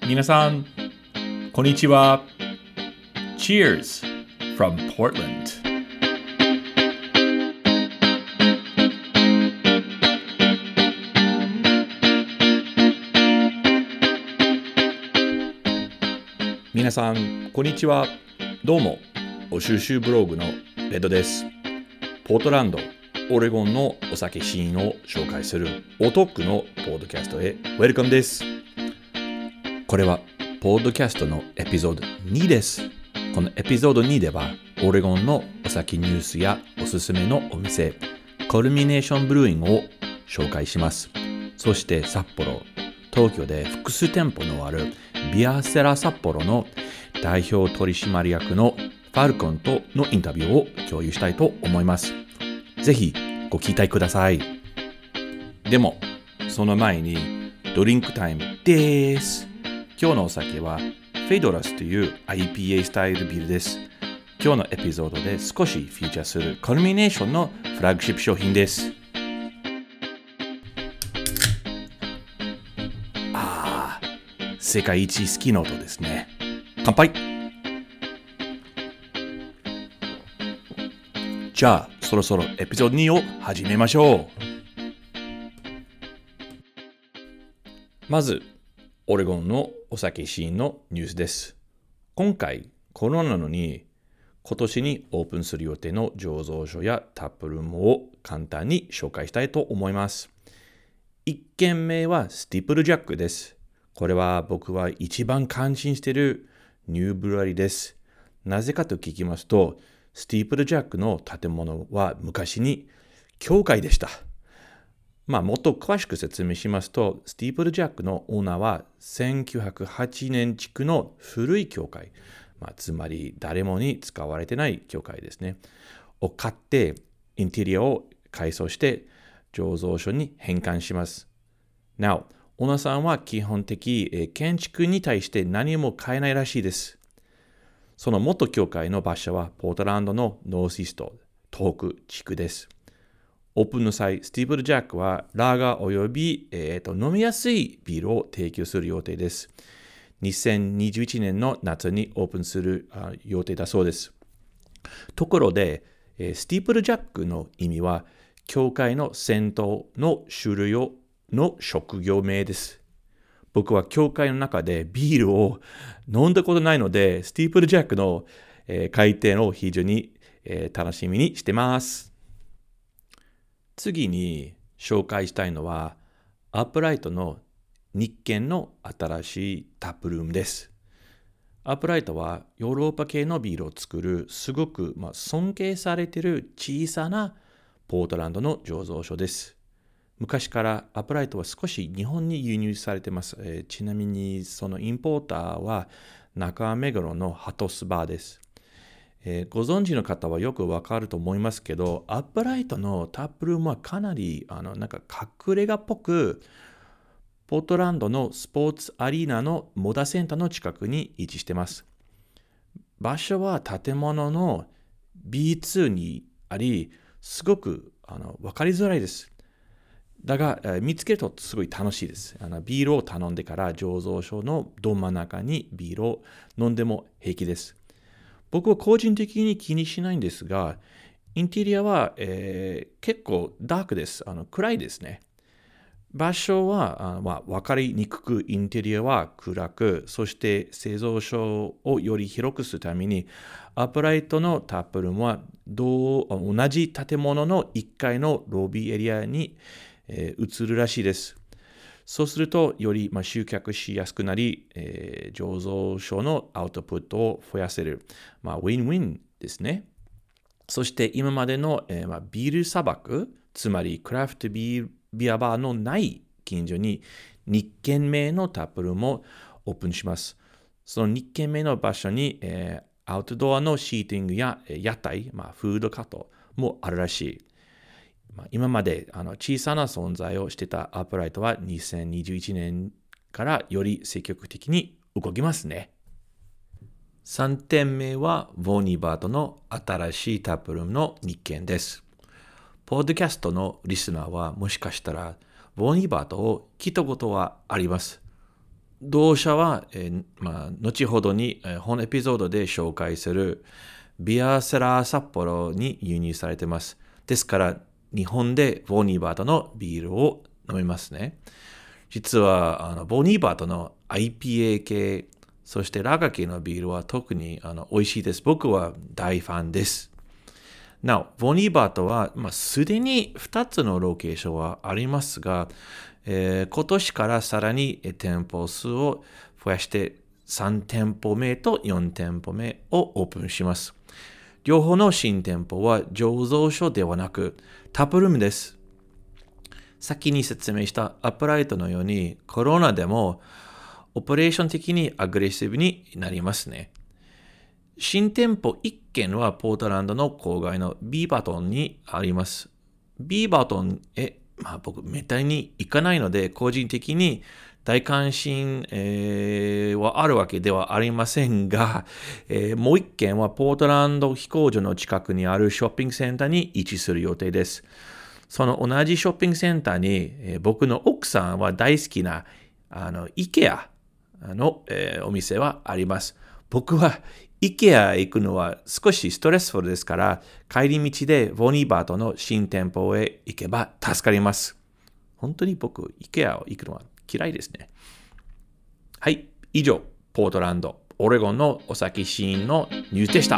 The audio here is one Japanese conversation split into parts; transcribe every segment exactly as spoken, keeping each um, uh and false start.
皆さん、こんにちは。Cheers from Portland. 皆さん、こんにちは。どうも、お収集ブログのレッドです。ポートランド、オレゴンのお酒シーンを紹介するおトックのポッドキャストへウェルカムです。これはポッドキャストのエピソードにです。このエピソードにではオレゴンのお酒ニュースやおすすめのお店、コルミネーションブルーイングを紹介します。そして札幌、東京で複数店舗のあるビアセラ札幌の代表取締役のファルコンとのインタビューを共有したいと思います。ぜひご期待ください。でも、その前にドリンクタイムです。今日のお酒はフェイドラスという アイピーエー スタイルビールです。今日のエピソードで少しフィーチャーするコルミネーションのフラッグシップ商品です。ああ、世界一好きな音ですね。乾杯。じゃあ、そろそろエピソードにを始めましょう。まず、オレゴンのお酒シーンのニュースです。今回、コロナなのに、今年にオープンする予定の醸造所やタップルームを簡単に紹介したいと思います。いっ軒目はスティープルジャックです。これは僕は一番感心しているニューブルワリーです。なぜかと聞きますと、スティープルジャックの建物は昔に教会でした。まあ、もっと詳しく説明しますと、スティープルジャックのオーナーはせんきゅうひゃくはちねん築の古い教会、まあ、つまり誰もに使われてない教会ですね、を買ってインテリアを改装して醸造所に変換します。なお、オーナーさんは基本的、えー、建築に対して何も変えないらしいです。その元教会の場所はポートランドのノースイースト、東北地区です。オープンの際、スティーブルジャックはラガーおよび、えー、と飲みやすいビールを提供する予定です。にせんにじゅういちねんの夏にオープンする予定だそうです。ところで、えー、スティーブルジャックの意味は、教会の先頭の種類をの職業名です。僕は教会の中でビールを飲んだことないので、スティーブルジャックの、えー、開店を非常に、えー、楽しみにしてます。次に紹介したいのは、アップライトの日軒の新しいタップルームです。アップライトはヨーロッパ系のビールを作るすごく、まあ、尊敬されている小さなポートランドの醸造所です。昔からアップライトは少し日本に輸入されています。えー、ちなみにそのインポーターは中目黒のハトスバーです。えー、ご存知の方はよくわかると思いますけど、アップライトのタップルームはかなりあのなんか隠れ家っぽく、ポートランドのスポーツアリーナのモダセンターの近くに位置しています。場所は建物の ビーツー にあり、すごくあの分かりづらいです。だが、えー、見つけるとすごい楽しいです。あのビールを頼んでから醸造所のど真ん中にビールを飲んでも平気です。僕は個人的に気にしないんですが、インテリアは、えー、結構ダークです。あの暗いですね。場所はあまあ、分かりにくく、インテリアは暗く、そして製造所をより広くするために、アップライトのタップルームはどう同じ建物のいっかいのロビーエリアに、えー、移るらしいです。そうすると、より、まあ、集客しやすくなり、えー、醸造所のアウトプットを増やせる。まあ、ウィンウィンですね。そして今までの、えーまあ、ビール砂漠、つまりクラフトビールビアバーのない近所にに軒目のタップルームをオープンします。そのに軒目の場所に、えー、アウトドアのシーティングや屋台、まあ、フードカートもあるらしい。まあ、今まであの小さな存在をしてたアップライトはにせんにじゅういちねんからより積極的に動きますね。さん店目はボニーバートの新しいタップルームのに軒です。ポッドキャストのリスナーはもしかしたらボニーバートを聞いたことはあります。 同社は、えーまあ、後ほどに、えー本エピソードで紹介するビアセラー札幌に輸入されています。ですから、日本でボニーバートのビールを飲みますね。実は、あのボニーバートの アイピーエー 系、そしてラガ系のビールは特にあの美味しいです。僕は大ファンです。なお、ボニーバートは、まあ、すでにふたつのロケーションはありますが、えー今年からさらにえー店舗数を増やしてさん店舗目とよん店舗目をオープンします。両方の新店舗は醸造所ではなくタップルームです。先に説明したアップライトのようにコロナでもオペレーション的にアグレッシブになりますね。新店舗いっ軒はポートランドの郊外のビーバトンにあります。ビーバトンへ、まあ僕めったに行かないので個人的に大関心、えーはあるわけではありませんが、えーもう一軒はポートランド飛行場の近くにあるショッピングセンターに位置する予定です。その同じショッピングセンターに、えー僕の奥さんは大好きなあの IKEA の、えーお店はあります。僕は IKEA 行くのは少しストレスフルですから、帰り道でボニーバートの新店舗へ行けば助かります。本当に僕、IKEA を行くのは嫌いですね。はい、以上、ポートランド、オレゴンのお酒シーンのニュースでした。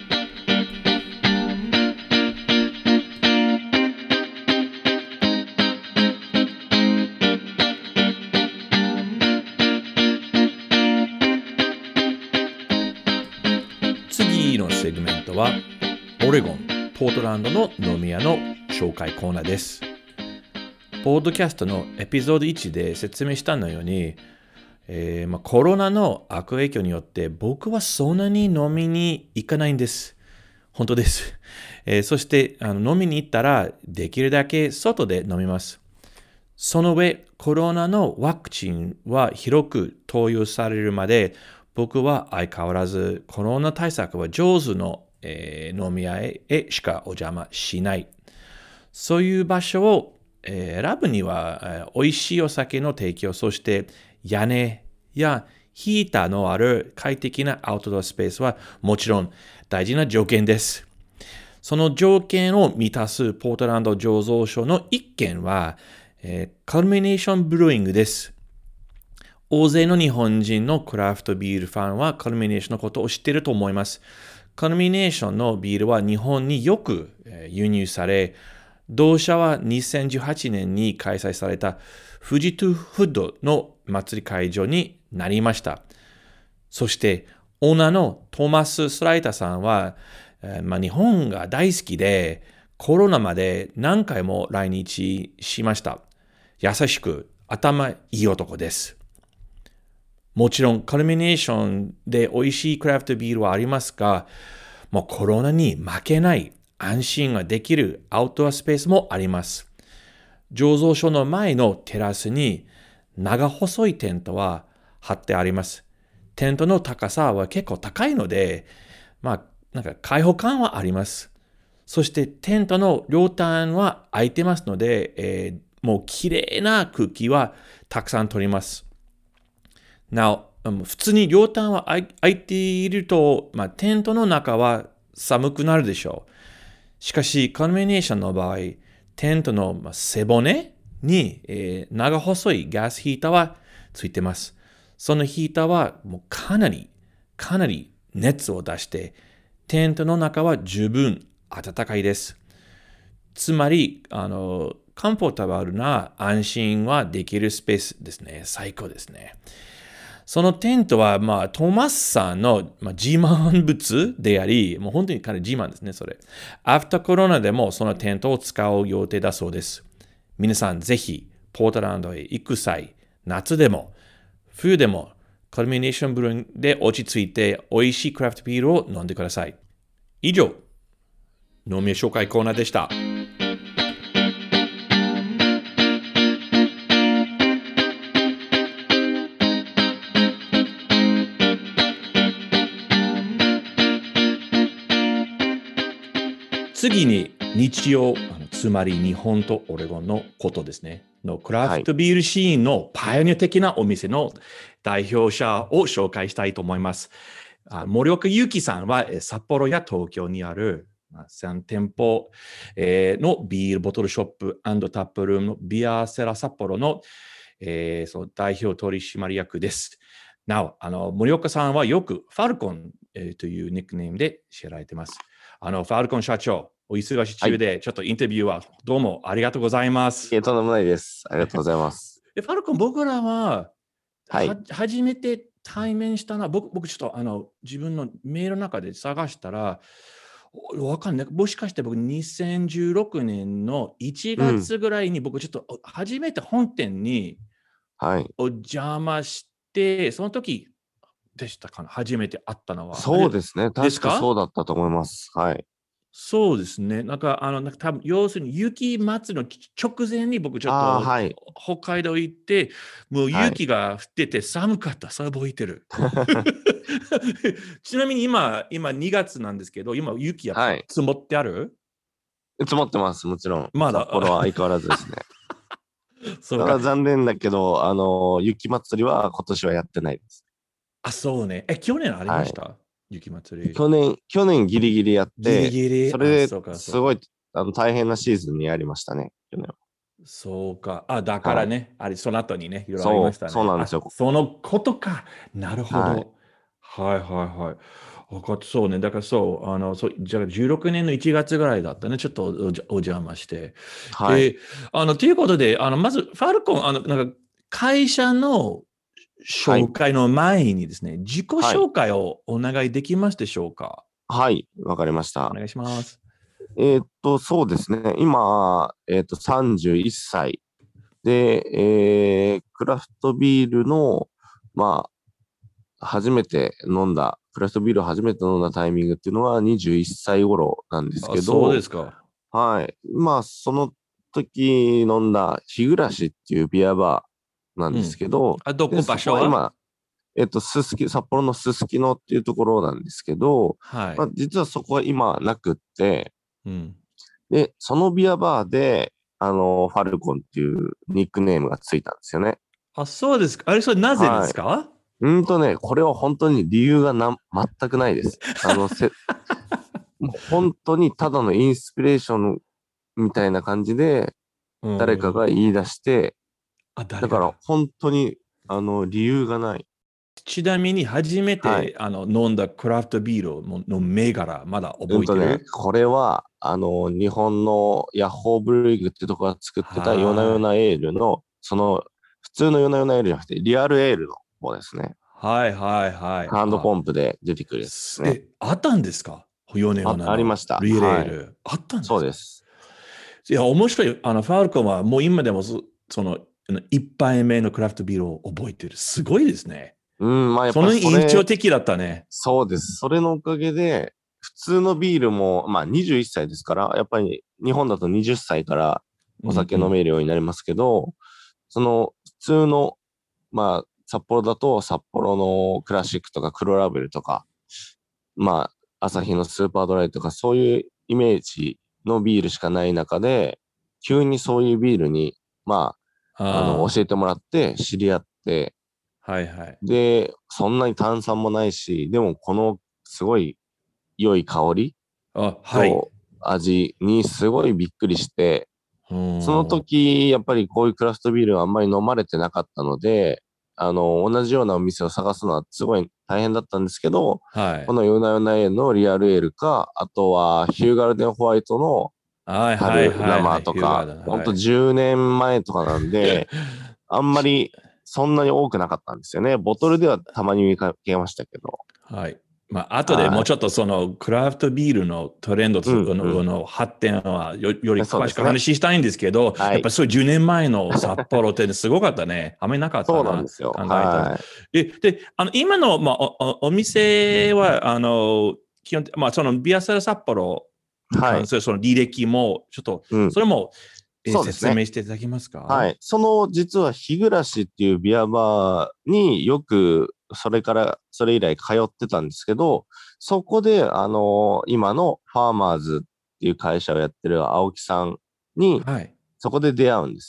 次のセグメントは、オレゴン、ポートランドの飲み屋の紹介コーナーです。ポッドキャストのエピソードいちで説明したのように、えーまあ、コロナの悪影響によって僕はそんなに飲みに行かないんです。本当です。えーそしてあの飲みに行ったらできるだけ外で飲みます。その上、コロナのワクチンは広く投与されるまで僕は相変わらずコロナ対策は上手の、えー飲み屋へしかお邪魔しない。そういう場所を、えー選ぶには、えー美味しいお酒の提供、そして屋根やヒーターのある快適なアウトドアスペースはもちろん大事な条件です。その条件を満たすポートランド醸造所の一軒は、えーカルミネーションブルーイングです。大勢の日本人のクラフトビールファンはカルミネーションのことを知っていると思います。カルミネーションのビールは日本によくえー輸入され、同社はにせんじゅうはちねんに開催された富士トゥフッドの祭り会場になりました。そして、オーナーのトーマス・スライターさんは、えーまあ、日本が大好きで、コロナまで何回も来日しました。優しく頭いい男です。もちろん、カルミネーションで美味しいクラフトビールはありますが、もうコロナに負けない安心ができるアウトドアスペースもあります。醸造所の前のテラスに長細いテントは張ってあります。テントの高さは結構高いので、まあ、なんか開放感はあります。そしてテントの両端は空いてますので、えーもう綺麗な空気はたくさん取ります。なお、うん普通に両端は空い空いていると、まあ、テントの中は寒くなるでしょう。しかし、カルミネーションの場合、テントのまあ背骨に、えー長細いガスヒーターはついてます。そのヒーターはもうかなり、かなり熱を出して、テントの中は十分暖かいです。つまり、あの、カンポータブルな安心はできるスペースですね。最高ですね。そのテントは、まあ、トーマスさんの、まあ、自慢物であり、もう本当に彼自慢ですね、それ。アフターコロナでもそのテントを使う予定だそうです。皆さんぜひ、ポートランドへ行く際、夏でも、冬でも、カルミネーションブルーで落ち着いて、美味しいクラフトビールを飲んでください。以上、飲み紹介コーナーでした。次に日曜、あのつまり日本とオレゴンのことですね。 のクラフトビールシーンのパイオニア的なお店の代表者を紹介したいと思います。あ森岡祐樹さんはえー札幌や東京にあるまあさん店舗、えーのビールボトルショップタップルームのビアセラ札幌の、えーその代表取締役です。なお、あの森岡さんはよくファルコン、えーというニックネームで知られています。あのファルコン社長、お忙しいはい。 中でちょっとインタビューはどうもありがとうございまいす。 え、とんでもないです。ありがとうございます。 でファルコン、僕らははい。 は初めて対面したな、僕、僕ちょっとあの自分のメールの中で探したら、おわかんない。もしかして僕、にせんじゅうろくねんの1 うん。 月ぐらいに僕ちょっとお初めて本店にはい。 お邪魔して、その時でしたかな、初めて会ったのは。あれそうですね。確かそですか？ うだったと思います。はい。 そうですね。なんか、あの、なんか多分要するに雪祭りのち直前に僕ちょっああ、 とはい。 北海道行って、もうはい。 雪が降ってて寒かった。それ覚えてる。ちなみに今、今にがつなんですけど、今雪やっはい。 ぱ積もってある？ 積もってます。もちろん。 まだ。 札幌は相変わらずですね。 そうか。 ただ残念だけど、あの、雪祭りは今年はやってないです。 あ、そうね。え、去年ありまはい。 した雪祭り。 去年、去年ギリギリやっギリて、 ギリ。あ、 それでそうか、そうか。 すごい、あの、大変なシーズンにやりましたね。去年そうか。あ、だかは。はい。 らね、あれ、その後にね、いろいろありましそう、 たね。あ、 そうなんですよ。 そのことか。なるほはい。 ど。はいはいはい。わかったそうね。だからそう、あの、そう、じゃあじゅうろくねんのいちがつぐらいだったね。ちょっとおおじお邪魔して。 はい。 で、あの、ということで、あの、まず、ファルコン、あの、なんか、会社のはい。 紹介の前にですね、自己はい。 紹介をお願いできますでしょうか？ はい。わかりました。 お願いします。 えーっと、そうですね。今、えーっと、さんじゅういっさいで、えークラフトビールの、まあ、初めて飲んだ、クラフトビールを初めて飲んだタイミングっていうのはにじゅういっさい頃なんですあ、そうでけど、 すか。 はい。まあ、その時飲んだ日暮らしっていうビアバーなんですうん。 けど、 あ、どで、 こ、場そこ所は？ は今、えっと、すすき、札幌のすすきのっていうところなんですけど、まあ、 はい。 実はそこは今なくって、 うん。 で、そのビアバーで、あの、ファルコンっていうニックネームがついたんですよね。 あ、そうですか。あれ、それなぜではい。 すか？ うんとね、これは本当に理由がな、全くないです。あの、せ、もう本当にただのインスピレーションみたいな感じで、 う誰かがん。 言い出して、 あ、誰だからが？ 本当に、あの、理由がない。 ちなみに初めはい。 てあの飲んだクラフトビールのの銘柄、まだうんとね、 覚えてる？ これは、あの、日本のヤッホーブルーイングっていうところが作ってたヨナヨはい。 ナエールの、その、普通のヨナヨナエールじゃなくて、リアルエールの方ですね。 はいはいはい。 ハンドあ、 ポンプで出てくるやつですね。 すえ、あったんですか？ヨネヨあ、 ナのありました。 リレーはい。 ル。あったんですか？ そうです。 いや、面白い。あの、ファルコンはもう今でもそその、あの一杯目のクラフトビールを覚えてる。すごいですね。 うん、まあやっぱその印象それ、 的だったね。 そうです。それのおかげで、普通のビールも、まあにじゅういっさいですから、やっぱり日本だとはたちからお酒飲うんうん。 めるようになりますけど、その普通の、まあ札幌だと札幌のクラシックとか黒ラベルとか、まあ朝日のスーパードライとかそういうイメージのビールしかない中で、急にそういうビールに、まあ、あの、 あ教えてもらって知り合って、 あ、はいはい。 で、そんなに炭酸もないし、でもこのすごい良い香りあ、はい。 と味にすごいびっくりして、 うそのん。 時、やっぱりこういうクラフトビールはあんまり飲まれてなかったので、あの、同じようなお店を探すのはすごい大変だったんですけど、 はい。 このヨナヨナエールのリアルエールか、あとはヒューガルデンホワイトのはいはい春はいはい。 生とか、 ヒューガーだ。 ほんとはい。 じゅうねんまえとかなんで、あんまりそんなに多くなかったんですよね。ボトルではたまに見かけましたけど。 はい。まあ、後でもはい。 うちょっとそのクラフトビールのトレンドうん、うのん。 の発展はよより詳しくそうですね。 話したいんですけど、 はい。 やっぱそういうじゅうねんまえの札幌ってすごかったね。あんまりなかったそうなんな、 ですよ。 考えたら。 はえ、で、あの、今の、まあ、おおお店は、あの、基本的まあ、そのビアセラ札幌い。 にはい。 関するその履歴も、ちょっと、 うん。 それも、えーそうですね。 説明していただけますか？ はい。その、実は、日暮らしっていうビアバーによく、それから、それ以来通ってたんですけど、そこで、あの、今のファーマーズっていう会社をやってる青木さんに、 はい。 そこで出会うんですね。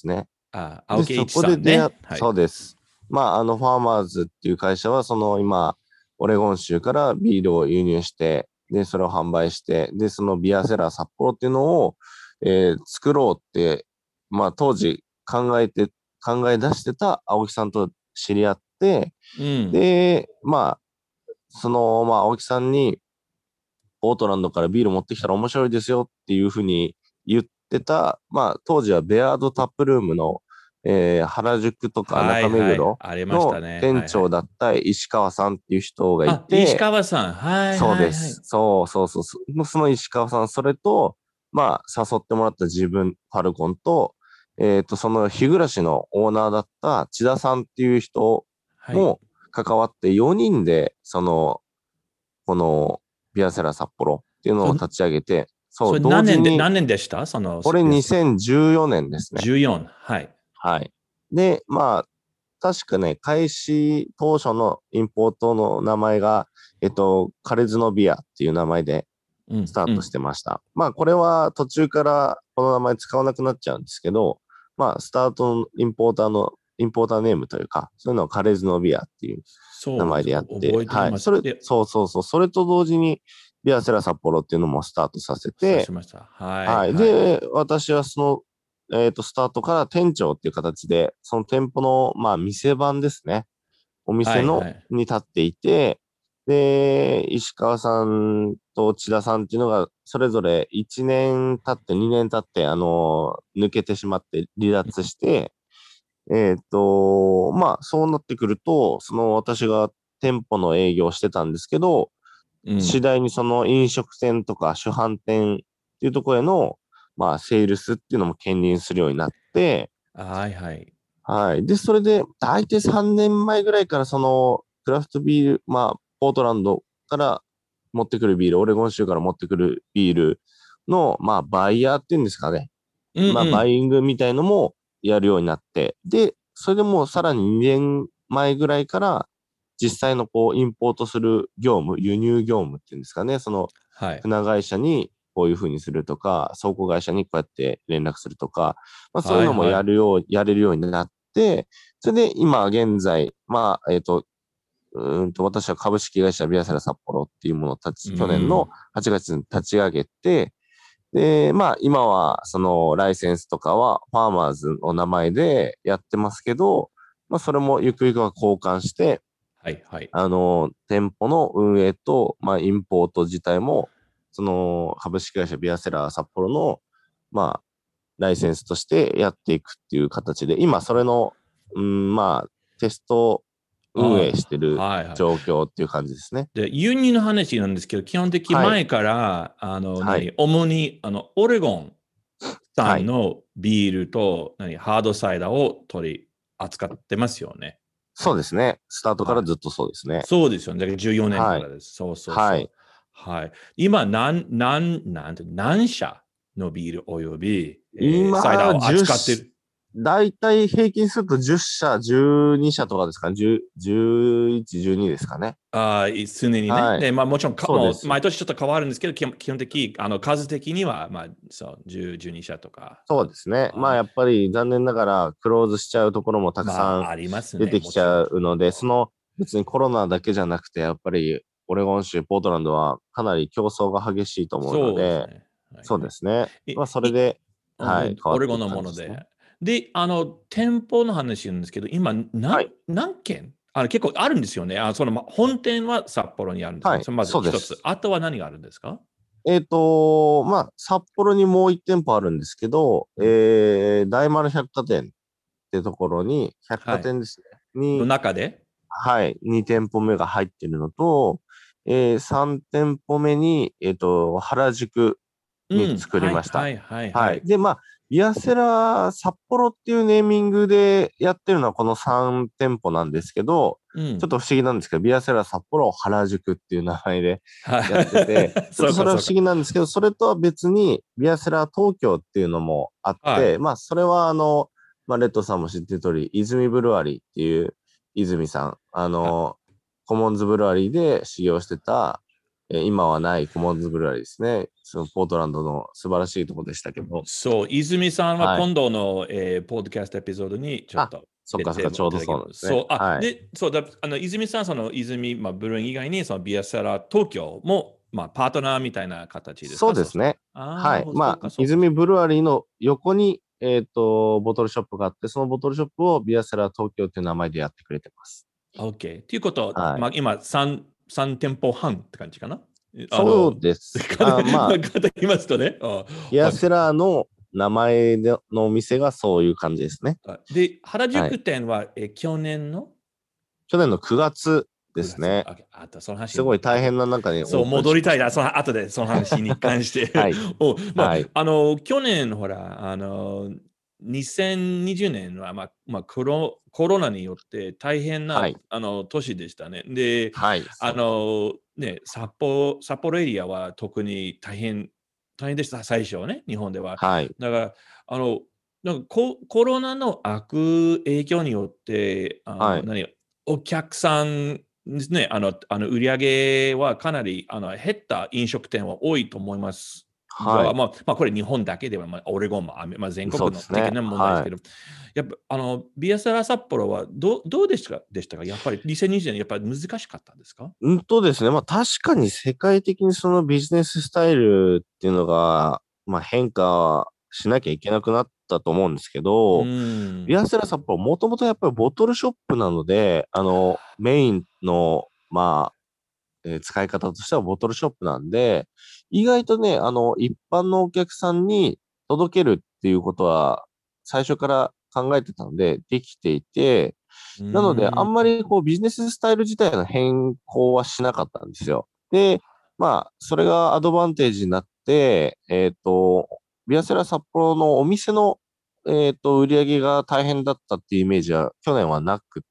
あ、 で、 青木そ H こさんね。 で出会っ、 はい。 そうです。まあ、あの、ファーマーズっていう会社は、その今、オレゴン州からビールを輸入して、で、それを販売して、で、そのビアセラー札幌っていうのを、えー作ろうって、まあ、当時考えて、考え出してた青木さんと知り合って、 うん。 で、まあ、その、まあ、青木さんに、ポートランドからビール持ってきたら面白いですよっていうふうに言ってた、まあ、当時はベアードタップルームの、えー原宿とか中はいはい。 目黒ありましのたね。 店はいはい。 長だった石川さんっていう人がいあ、石て、 川さん。はいはいはい。 そうです。そうそうそうそう。その石川さん、それと、まあ、誘ってもらった自分、ファルコンと、えっと、その日暮らしのオーナーだった千田さんっていう人はい。 も関わってよにんで、その、このビアセラ札幌っていうのをそ、 立ち上げて、そう、 それ何年で、 同時に、 何年でしたその、 これビアスにせんじゅうよねんですね。 じゅうよん。はい。 はい。で、まあ、確かね、開始当初のインポートの名前が、えっと、カレズノビアっていう名前でうん、 スタートしうん。 てました。まあ、これは途中からこの名前使わなくなっちゃうんですけど、まあ、スタートのインポーターの、インポーターネームというか、そういうのをカレズノビアっていう名前そうです。おでやって、 覚えていはい。 ます。 それ、 で、 そうそうそう、それと同時に、ビアセラ札幌っていうのもスタートさせて、 刺しました。はいはい。 はい。 で、私はその、えっと、スタートから店長っていう形で、その店舗の、まあ、店番ですね。お店の、 はいはい。 に立っていて、で、石川さんと千田さんっていうのが、それぞれいちねん経ってにねん経って、あの、抜けてしまって離脱して、えっと、まあ、そうなってくると、その私が店舗の営業をしてたんですけど、 うん。 次第にその飲食店とか主販店っていうところへの、まあ、セールスっていうのも兼任するようになって、 はいはい。 はい。で、それで、大体さんねんまえぐらいからその、クラフトビール、まあ、ポートランドから持ってくるビール、オレゴン州から持ってくるビールの、まあ、バイヤーっていうんですかね。 うんまあ、 うん。 バイイングみたいのもやるようになって、で、それでもうさらににねんまえぐらいから、実際のこう、インポートする業務、輸入業務っていうんですかね。その、 はい。 船会社にこういうふうにするとか、倉庫会社にこうやって連絡するとか、まあ、そういうのもはいはい。 やるよう、やれるようになって、それで今現在、まあ、えっと、うーんと、私は株式会社ビアセラ札幌っていうものを立うち、去年のん。 はちがつに立ち上げて、で、まあ、今は、その、ライセンスとかは、ファーマーズの名前でやってますけど、まあ、それもゆくゆくは交換して、 はいはい。 あの、店舗の運営と、まあ、インポート自体も、その、株式会社ビアセラー札幌の、まあ、ライセンスとしてやっていくっていう形で、今、それの、うん、まあ、テスト運営あしてるはいはい。 状況っていう感じですね。 で、輸入の話なんですけど、基本的にはい。 前から、あの、 はい。 何、主に、あの、オレゴンはい。 産のビールと、何、ハードサイダーを取り扱ってますよね。 そうですね。スタートかはい。 らずっとそうですね。 そうですよね。だからじゅうよねんはい。 からです。そうそうはい。 そう。はい。今、なん、なん、なんて、何社のビールおよび、えーサイダー今、 を 10、 扱ってる。 だいたい平均するとじゅっ社、じゅうに社とかですかね。じゅう、じゅういち、じゅうにですかね。 ああ、常にね。 はい。 で、まあもちろんか、もうそうです。 毎年ちょっと変わるんですけど、基本基本的に、あの、数的には、まあ、そう、じゅう、じゅうに社とか。 そうですね。まあ、 はい。 やっぱり残念ながらクローズしちゃうところもたくまあ、 さんありますね。 出てきちもちろん。 ゃうので、その別にコロナだけじゃなくて、やっぱりオレゴン州、ポートランドはかなり競争が激しいと思うので、 そうですね。はいそうはい。 ですね。 い、 まあ、それい、 で、はい、 うんオレゴン変わっていくのもので。 感じですね。 で、あの、店舗の話なんですけど、今、何、 はい、 何件あの結構あるんですよね。あその、ま本店は札幌にあるんですね。 はい、 そのまず一つ。 そうです。 あとは何があるんですか？ えっと、まあ、札幌にもう一店舗あるんですけど、 うん。 えー、大丸百貨店ってところに、百貨はい。 店ですね。 のに、 中ではい、に店舗目が入ってるのと、えー、さん店舗目に、えっと、原宿にうん。 作りました。 はいはいはいははい。 い。 で、まあ、ビアセラ札幌っていうネーミングでやってるのはこのさん店舗なんですけど、 うん。 ちょっと不思議なんですけど、ビアセラ札幌原宿っていう名前ではやってて、 い。 ちょっとそうかそうか。 それは不思議なんですけど、それとは別にビアセラ東京っていうのもあっはい。 て、まあ、それはあの、まあ、レッドさんも知ってる通り、泉ブルワリーっていう泉さん、あはの、コモンズブルワリーで修行してた、 えー今はないコモンズブルワリーですね。そのポートランドの素晴らしいところでしたけど。 そう、泉さんははい。 今度の、えーポッドキャストエピソードにちょっあ、 とそっかそっか、 出ていちょうどただきます。 そうなんですね。 そう、あ、 はい。 で、そうだ、あの、泉さん、その泉、まあ、ブルーン以外に、そのビアセラ東京も、まあ、パートナーみたいな形ですか、そうしたら。 そうですね。 ああ、なはい。 るほど、そうまあ、 か、そうか。 泉ブルワリーの横に、えっと、ボトルショップがあって、そのボトルショップをビアセラ東京っていう名前でやってくれてます。 OK。ということは、 はい。 まあ、今3、三店舗半って感じかな。あそうの、 ですね。 かあ、まあ、 方言いますとね。あビアはいセラの名前のお店がそういう感じですね。 あで、原はい。 宿店は、え去年の去年のくがつで 9月。 すね。 あ、あとその話すごい大あと変な中にオそう、 ープンし戻りたいな、 ましたね。 その後でその話に関してはい。 お、まあ、 はい。 あの、去年、ほら、あの、にせんにじゅうねんは、まあ、まあ、コロコロナによって大変な、 はい。 あの、年でしたね。で、 はい。 あそうです。 の、ね、札幌、札幌エリアは特に大変、大変でした、最初はね、日本では。 はい。 だから、あの、なんかココロナの悪影響によって、あの、 はい。 何、お客さんですね、あの、あの売り上げはかなりあの減った飲食店は多いと思いますが、 はい。 まあ、まあ、これ日本だけでは、まあ、オレゴンも、あまあ、全そう国ですね。 の的な問題ですはい。 けど、やっぱあのビアサラ札幌はどどうでしたかでしたかやっぱりにせんにじゅうねん、やっぱり難しかったんですかうんとですね。まあ確かに世界的にそのビジネススタイルっていうのが、まあ変化しなきゃいけなくなったと思うんですけうど、ビーん。 アセラ札幌もともとやっぱりボトルショップなので、あの、メインの、まあ、えー使い方としてはボトルショップなんで、意外とね、あの、一般のお客さんに届けるっていうことは、最初から考えてたので、できていて、 うなので、あーん。 んまりこうビジネススタイル自体の変更はしなかったんですよ。で、まあ、それがアドバンテージになって、えっと、ビアセラ札幌のお店の、えっと、売り上げが大変だったっていうイメージは去年はなくって、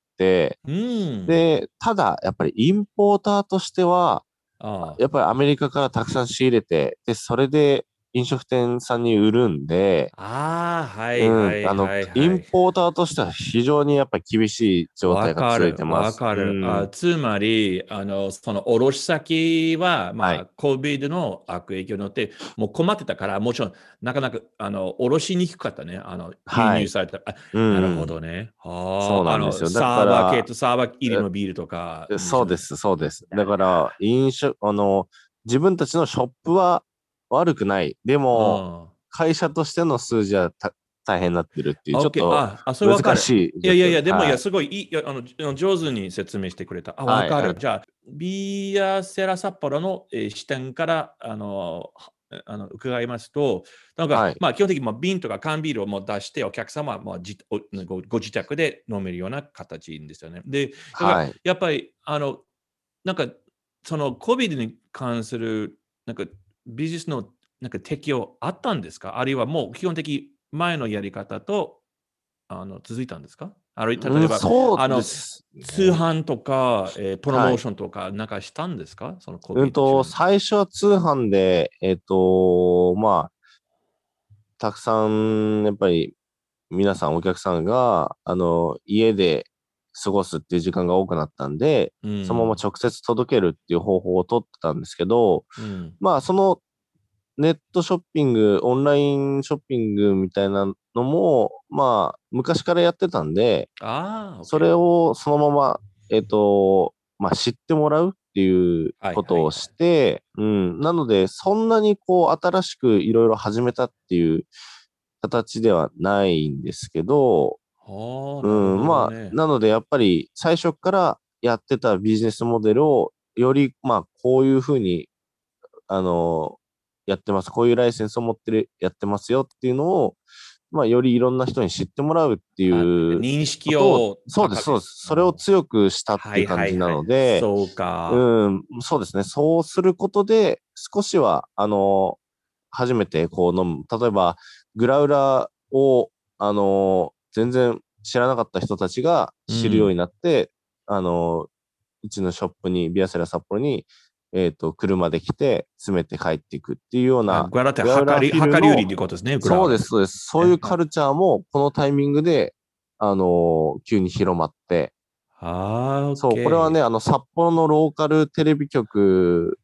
うーん。 で、ただ、やっぱりインポーターとしては、 あやっぱりアメリカからたくさん仕入れて、で、それで飲食店さんに売るんで、 あ、ああ、はいうん、 はいあの、 はいはい。 インポーターとしては非常にやっぱり厳しい状態が続いわかる、 てます。 わかる。あ、 うん。 つまり、あの、その卸先は、 はい。 まあ、コビド の悪影響によって、もう困ってたから、もちろん、なかなか、あの、卸しにくかったね。あの、輸はい。 入された。あ、 うなるんうん。 ほどね。ああ、あの、 そうなんですよ。だかサーバー系ら、 とサーバー入りのビールとかえでしょ。 そうです、そうです。 いやいや。 だから、飲食、あの、自分たちのショップは悪くない。でうも、 ん。 会社としての数字はた大変になってるっていう、ちょっ OK。 とあ、あ、それわか難る。 しい状況で。 いやいやいや、でもいや、 はい。 すごいいい、いやあの、あの上手に説明してくれた。あ、わはい。 かる。 あじゃあ、ビアセラ札幌の、えー視点から、あの、はあの伺いますと、なんか、 はい。 まあ、基本的にまあ瓶とか缶ビールをもう出して、お客様はもうじおごご自宅で飲めるような形ですよね。で、だから、 はい。 やっぱり、あの、なんか、その COVID に関する、なんか、ビジネスのなんか適用あったんですかあるいはもう基本的前のやり方とあの、続いたんですか？あるいうん、 例えば、 そうあの、 ですね。 通販とか、えープロはい。 モーションとかなんかしたんですか？そのうん COVID 中と、 に。 最初は通販で、えっと、まあ、たくさん、やっぱり、皆さんお客さんが、あの、家で過ごすっていう時間が多くなったんで、 うそのままん。 直接届けるっていう方法を取ってたんですけど、 うん。 まあ、そのネットショッピング、オンラインショッピングみたいなのも、まあ、昔からやってたんで、 ああ、オッそれケー。 をそのまま、えっと、まあ、知ってもらうっていうはいことをはいはい。 して、うん。なので、そんなにこう、新しくいろいろ始めたっていう形ではないんですけど、 ああ、 うなるん。まあ、 ほどね。 なので、やっぱり最初からやってたビジネスモデルを、より、まあ、こういうふうに、あの、やってます。こういうライセンスを持ってる、やってますよっていうのを、まあ、よりいろんな人に知ってもらうってあ、 いう認識ことを、 をそうです、 高めそうです。それをあ強くしたっはいていう感じなはいはい。 ので、 そうか。 うん、そうですね。そうすることで、少しは、あの、初めてこう飲む。例えば、グラウラを、あの、全然知らなかった人たちがうん。 知るようになって、あの、うちのショップに、ビアセラ札幌に、えっと、車で来て、詰めて帰っていくっていうようあ、 な、 グララってグラウラフ量り量り売りィルの、 っていうことですね、グラウラ。 そうです、そうです。そういうね、あカルチャーも、このタイミングで、あの、急に広まって、 あー、オッそう、これはね、 ケー。 あの、札幌のローカルテレビ局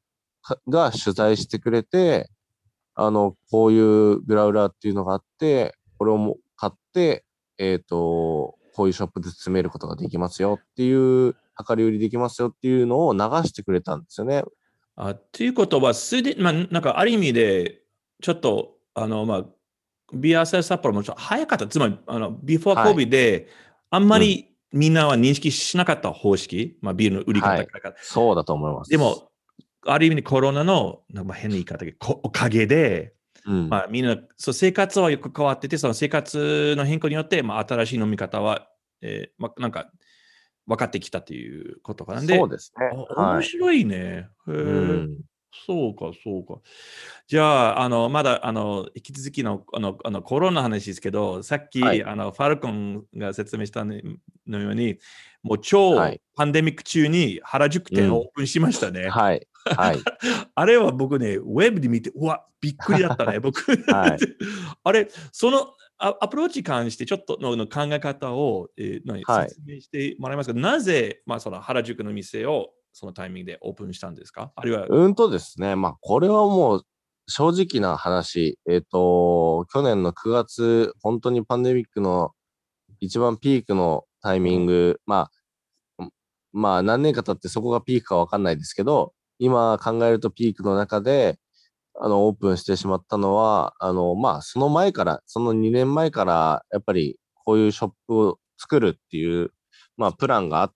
かが取材してくれて、あの、こういうグラウラーっていうのがあって、これをも買って、えっと、こういうショップで詰めることができますよっていう、量り売りできますよっていうのを流してくれたんですよね。 あ、っていうことは、すでに、まあ、なんかある意味で、ちょっと、あの、まあ、ビアセル札幌もちょっと早かった。つまり、あの、ビフォーはい。 コビで、あんまうん。 りみんなは認識しなかった方式、まあ、ビールの売りはい。 方からか。 そうだと思います。 でも、ある意味でコロナの、なんかまあ変な言い方で、こおかげで、 うん。 まあ、みんな、そう生活はよく変わってて、その生活の変更によって、まあ、新しい飲み方は、えーまあ、なんか、分かってきたということかなんで、 そうですね。 あ、面はい。 白いね。へうえ。 ん。 そうか、そうか。じゃあ、あの、まだ、あの、引き続きの、あの、あのコロナの話ですけど、さっき、 はい。 あの、ファルコンが説明したののように、もうはい。 超パンデミック中に原宿店をオーうん。 プンしましたね。 はい。はい。 あれは僕ね、ウェブで見て、うわ、びっくりだったね、僕。 はい。 あれ、そのアアプローチに関して、ちょっとのの考え方を、えー何はい。 説明してもらえますか。なぜ、まあ、その原宿の店をそのタイミングでオープンしたんですか。あるいは、 うんとですね、まあ、これはもう正直な話、えっと、去年のくがつ、本当にパンデミックの一番ピークのタイうん、 ミング、まあ、まあ、何年か経ってそこがピークかわかんないですけど、今考えるとピークの中で、あの、オープンしてしまったのは、あの、まあ、その前から、そのにねんまえから、やっぱりこういうショップを作るっていう、まあ、プランがあって、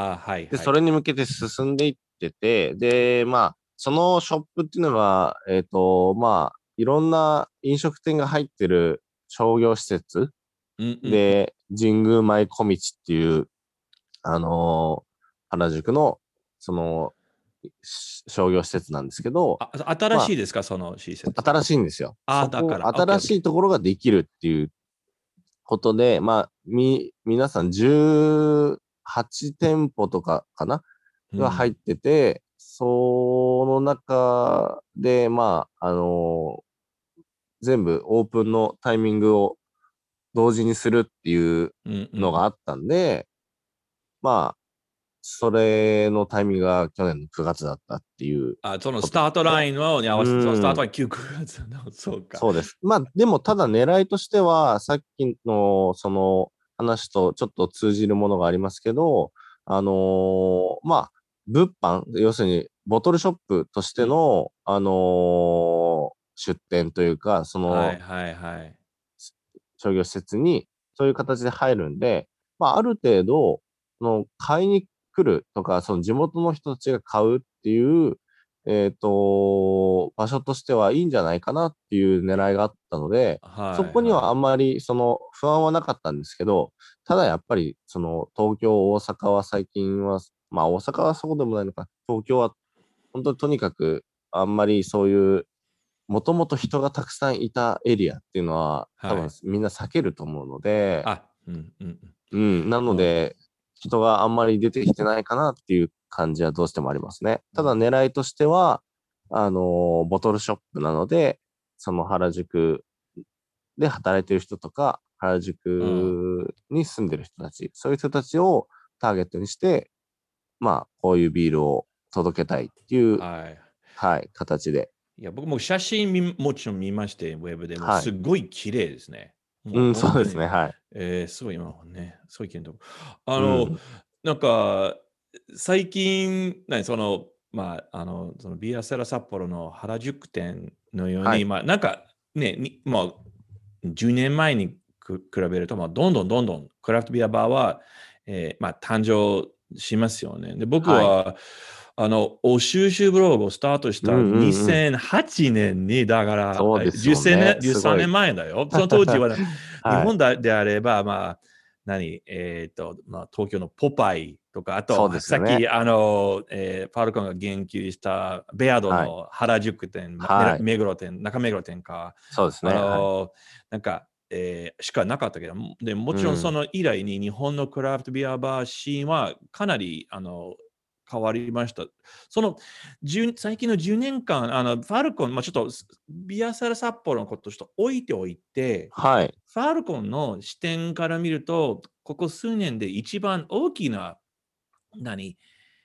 ああ、はいで、 はい。 それに向けて進んでいってて、で、まあ、そのショップっていうのが、えっと、まあ、いろんな飲食店が入ってる商業施設うんうんうん。 で、神宮前小道っていう、あのー原宿の、その、し商業施設なんですけど、 あ、新しまいですか、その施あ、 設。 新しいんですよ。 ああ、 そこ、 だから、オッケーオッケー。 新しいところができるっていうことで、まあ、み、皆さんじゅうはち店舗とかかなうん。 が入ってて、その中で、まあ、あのー全部オープンのタイミングを同時にするっていううんうん。 のがあったんで、まあ、それのタイミングが去年のくがつだったっていうあ、そのこスタートとですね。 ラインをに合うわせて、そのスターーん、 トラインきゅう、くがつの、そうか。 そうです。まあ、でもただ狙いとしては、さっきのその話とちょっと通じるものがありますけど、あのーまあ、物販、要するにボトルショップとしうん。 ての、あのー出店というか、そのはいはいはい。 商業施設にそういう形で入るんで、まあ、ある程度、その買いに来るとか、その地元の人たちが買うっていう、えっと、場所としてはいいんじゃないかなっていう狙いがあったので、そこにはあはいはい。 んまりその不安はなかったんですけど、ただやっぱりその東京、大阪は最近は、まあ大阪はそうでもないのか、東京は本当にとにかくあんまりそういうもともと人がたくさんいたエリアっていうのは、多分はい。 みんな避けると思うので、 あ、うんうんうん、なうん。うん。 ので、人があんまり出てきてないかなっていう感じはどうしてもありますね。ただうん。 狙いとしては、あの、ボトルショップなので、その原宿で働いてる人とか、原うん。 宿に住んでる人たち、そういう人たちをターゲットにして、まあ、こういうビールを届けたいっていう、 はい。 はい、形で。 いや、僕も写真みもちろん見まして、ウェブでもうはい。 すっごい綺麗ですね。もううん、 本当に、 そうですね、はい。 えー、すごい今もね、すごい綺麗なとこ。あの、 うん。 なんか、最近、何その、まあ、あの、そのビアセラ札幌の原宿店のように、 はい。 まあ、なんかね、にまあ、じゅうねんまえにく比べると、まあ、どんどんどんどんクラフトビアバーは、えーまあ、誕生しますよね。で、僕はい。 は、あの、お収集ブログをスタートしうんたうんうん。 にせんはちねんに、だから、 そうですじゅうよね。 年、13 すごい。 年前だよ。その当時は、日はい。 本だであれば、まあ、何、えっと、まあ、東京のポパイとか、あと、 そうですよね。 さっき、あの、えーファルコンが言及したベアドはい。 の原宿店、まめはい。 目黒店、中目黒店か、あそうですね。はい。 の、なんか、えーしかなかったけど、でもちろんそうん。 の以来に日本のクラフトビアバーシーンはかなりあの変わりました。そのじゅう最近のじゅうねんかん、あのファルコン、まあ、ちょっとビアサル札幌のことをちょっと置いておいて、 はい。 ファルコンの視点から見ると、ここ数年で一番大きな何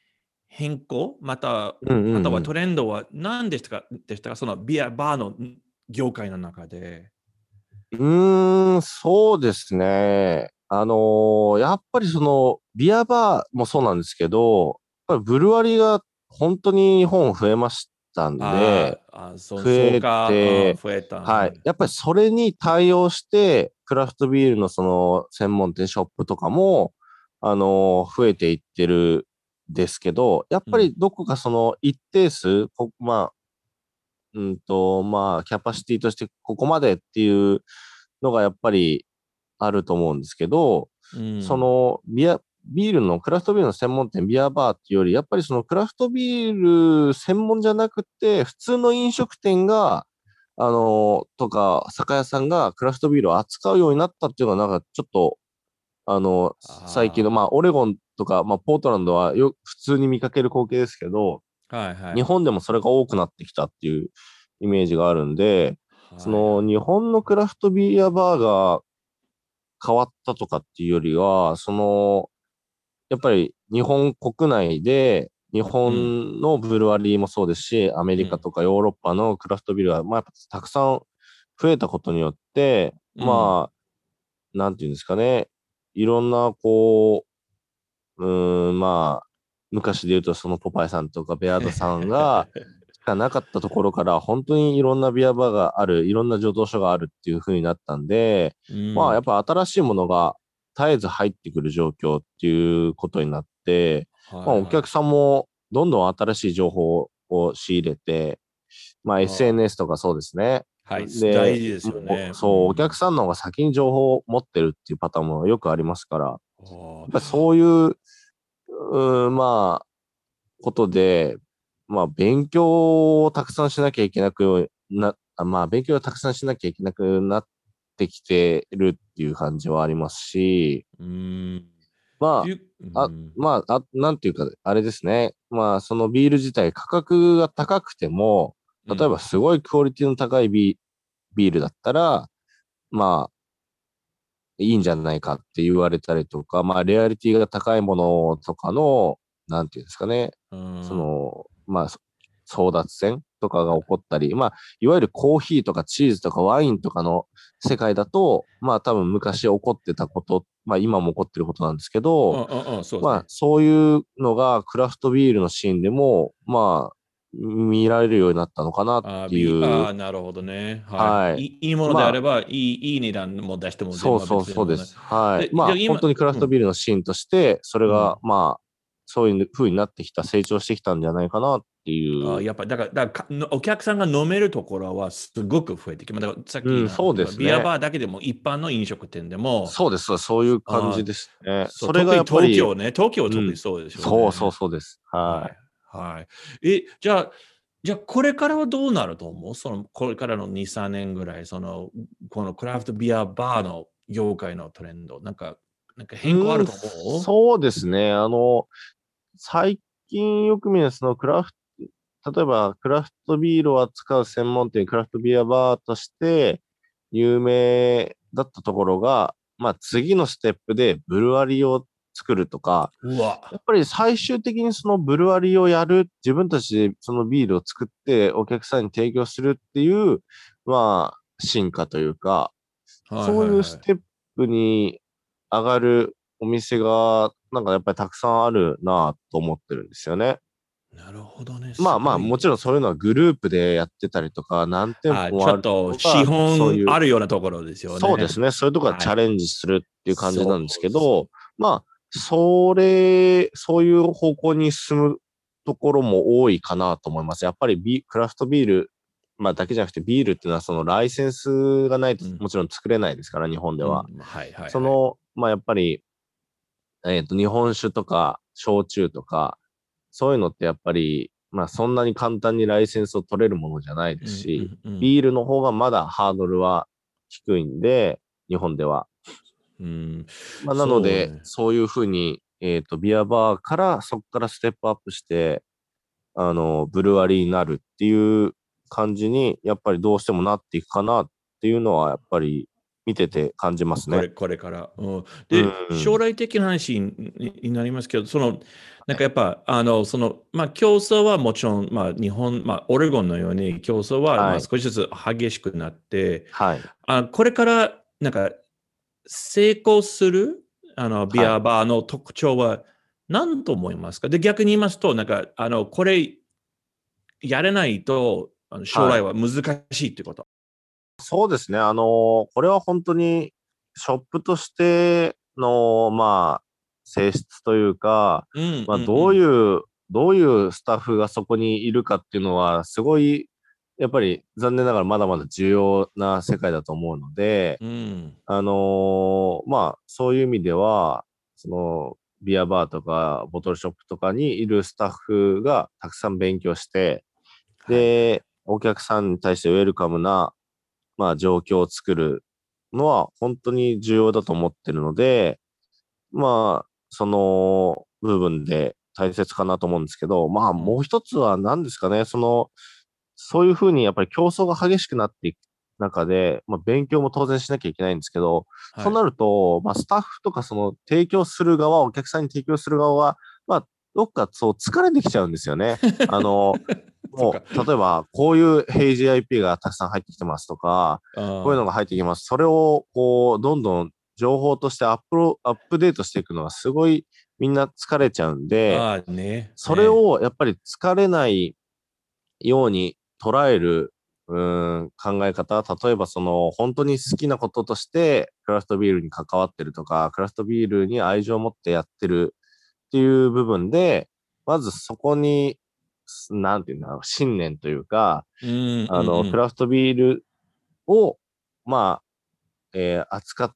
変更また、 うんうんうん、 またはトレンドは何でしたかでしたかそのビアバーの業界の中で。 うーん、そうですね。あのーやっぱりその、ビアバーもそうなんですけど、やっぱりブルワリーが本当に日本増えましたんで、 あーあ、そう、 増えそうか、うんて、 増えた。 はい。 はい。 やっぱりそれに対応して、クラフトビールのその専門店ショップとかも、あのー増えていってるんですけど、やっぱりうん。 どこかその一定数、こまあ、うんと、まあ、キャパシティとしてここまでっていうのがやっぱりあると思うんですけど、 うん。 そのビア、ビールの、クラフトビールの専門店、ビアバーっていうより、やっぱりそのクラフトビール専門じゃなくて、普通の飲食店が、あの、とか、酒屋さんがクラフトビールを扱うようになったっていうのは、なんかちょっと、あの、最近の、まああ、オレゴンとか、まあ、ポートランドはよ、普通に見かける光景ですけど、 あ、はいはい。 日本でもそれが多くなってきたっていうイメージがあるんで、そはいはい。 の日本のクラフトビアバーが変わったとかっていうよりは、その、やっぱり日本国内で、日うん。 本のブルワリーもそうですし、アメリカうん。 とかヨーロッパのクラフトビールが、まあ、やっぱたくさん増えたことによって、 うん。 まあ、なんていうんですかね、いろんな、こう、うーん、まあ、昔で言うとそのポパイさんとかベアードさんが、しかなかったところから、本当にいろんなビアバーがある、いろんな醸造所があるっていう風になったんで、 うまあ、やん。 っぱ新しいものが絶えず入ってくる状況っていうことになって、まあ、 はいはい。 お客さんもどんどん新しい情報を仕入れて、まあ、 ああ、 エスエヌエス とかそうですね。 はい、大で、 事ですよね。 もう、 うそう、お客ん。 さんの方が先に情報を持ってるっていうパターンもよくありますから、やっあぱりそういう、うーん、まあ、ことで、まあ、勉強をたくさんしなきゃいけなくな、あまあ、勉強をたくさんしなきゃいけなくなってきてるっていう感じはありますし、 うん。ってまいう、うあ、あ、 ん。 まあ、あ、なんていうか、あれですね。まあ、そのビール自体価格が高くても、 うん。 例えばすごいクオリティの高いビ、ビールだったら、まあ、いいんじゃないかって言われたりとか、まあ、レアリティが高いものとかの、なんていうんですかね。 うそん。 の、まあ、そ争奪戦とかが起こったり、まあ、いわゆるコーヒーとかチーズとかワインとかの世界だと、まあ、多分昔起こってたこと、まあ、今も起こってることなんですけど、 うんうんうん、そうですまあ、 ね。 そういうのがクラフトビールのシーンでも、まあ、見られるようになったのかなっあー、 ていビあう、 ー、なるほどね。はいはい。 はい。 いい、いいものであまあ、 れば、いい、いい値段も出しても全部そうそう別でもね。 そうです。はい。 で、 まあ、 じゃあ今、 本当にクラフトうん、 ビールのシーンとして、それが、 うん。 まあ、そういう風になってきた、成長してきたんじゃないかなっていう。 あー、やっぱり、だから、だからかお客さんが飲めるところはすごく増えてきます。だからさっきうん、 の、 そうで今ビアすね。 バーだけでも一般の飲食店でも、 そうです。そういう感じあー、 ですね。 そう、 それが特にやっぱり、 東京ね。東京は特にうん。 そうですよそうそうね。 そうです。ははい。はい。え、じゃあ、じゃあ、これからはどうなると思うその、これからのに、さんねんぐらい、その、このクラフトビアバーの業界のトレンド、なんか、なんかい。うーん、 変更あると思そうですね。あの、最近よく見るそのクラフト、例えばクラフトビールを扱う専門店、クラフトビアバーとして有名だったところが、まあ次のステップでブルワリーを作るとか、 ううわ。 やっぱり最終的にそのブルワリーをやる、自分たちでそのビールを作ってお客さんに提供するっていう、まあ進化というか、 はいそういうはいはい。 ステップに上がるお店が、なんかやっぱりたくさんあるなと思ってるんですよね。 なるほどね。 まあまあ、 すごいね。 もちろんそういうのはグループでやってたりとか、何店あ、 舗もあるとちょっところが、 資本そういう、 あるようなところですよね。 そうですね、そういうところがはい。 チャレンジするっていう感じなんですそうそう。 けど、まあ、それ、そういう方向に進むところも多いかなと思います。やっぱりビクラフトビール、まあだけじゃなくてビールっていうのはそのライセンスがないとうん。 もちろん作れないですから、日本では。 うん。はいはいはい。 その、まあやっぱり、えっと、日本酒とか焼酎とか、そういうのってやっぱり、まあそんなに簡単にライセンスを取れるものじゃないでうんうすし、 んうん。 ビールの方がまだハードルは低いんで、日本では。 うん。 まあなので、 そうね。 そういうふうに、えっと、ビアバーからそこからステップアップして、あの、ブルワリーになるっていう感じに、やっぱりどうしてもなっていくかなっていうのは、やっぱり見てて感じますね。 これ、これから。うん、 うで、将ん。 来的な話にになりますけど、その、なんはい。 かやっぱ、あの、その、まあ、競争はもちろん、まあ、日本、まあ、オレゴンのように競争は、まあ、 はい。 少しずつ激しくなって、 はい。 あ、これから、なんか、成功する、あの、ビはい。 アバーの特徴は何と思いますか？で、逆に言いますと、なんか、あの、これやれないと、あの、将はい。 来は難しいってこと。 そうですね。あの、これは本当にショップとしての、まあ、性質というか、 うんまあ、どううんうん。 いうどういうスタッフがそこにいるかっていうのは、すごいやっぱり残念ながらまだまだ重要な世界だと思うので、 うん。 あの、まあ、そういう意味では、その、ビアバーとかボトルショップとかにいるスタッフがたくさん勉強して、 はいはい。 で、お客さんに対してウェルカムなまあ、状況を作るのは本当に重要だと思ってるので、まあ、その部分で大切かなと思うんですけど、まあ、 うん。 もう一つは何ですかね、その、そういうふうにやっぱり競争が激しくなっていく中で、まあ、勉強も当然しなきゃいけないんですけど、そうなはい。 ると、まあ、スタッフとかその提供する側、お客さんに提供する側は、まあ、どっかそう疲れてきちゃうんですよね。あの、 そっか。 もう、例えば、こういうヘイ ジーアイピー がたくさん入ってきてますとか、こういうのあが入ってきます。それを、こう、どんどん情報としてアップロ、アップデートしていくのがすごいみんな疲れちゃうんで、 あ、ああ、ね、 それね。 をやっぱり疲れないように捉える、うーん、考え方、例えばその、本当に好きなこととして、クラフトビールに関わってるとか、クラフトビールに愛情を持ってやってるっていう部分で、まずそこに、なんていうんだろう、信念というか、 うんうんあの、 うん。 クラフトビールを、まあ、えー扱って、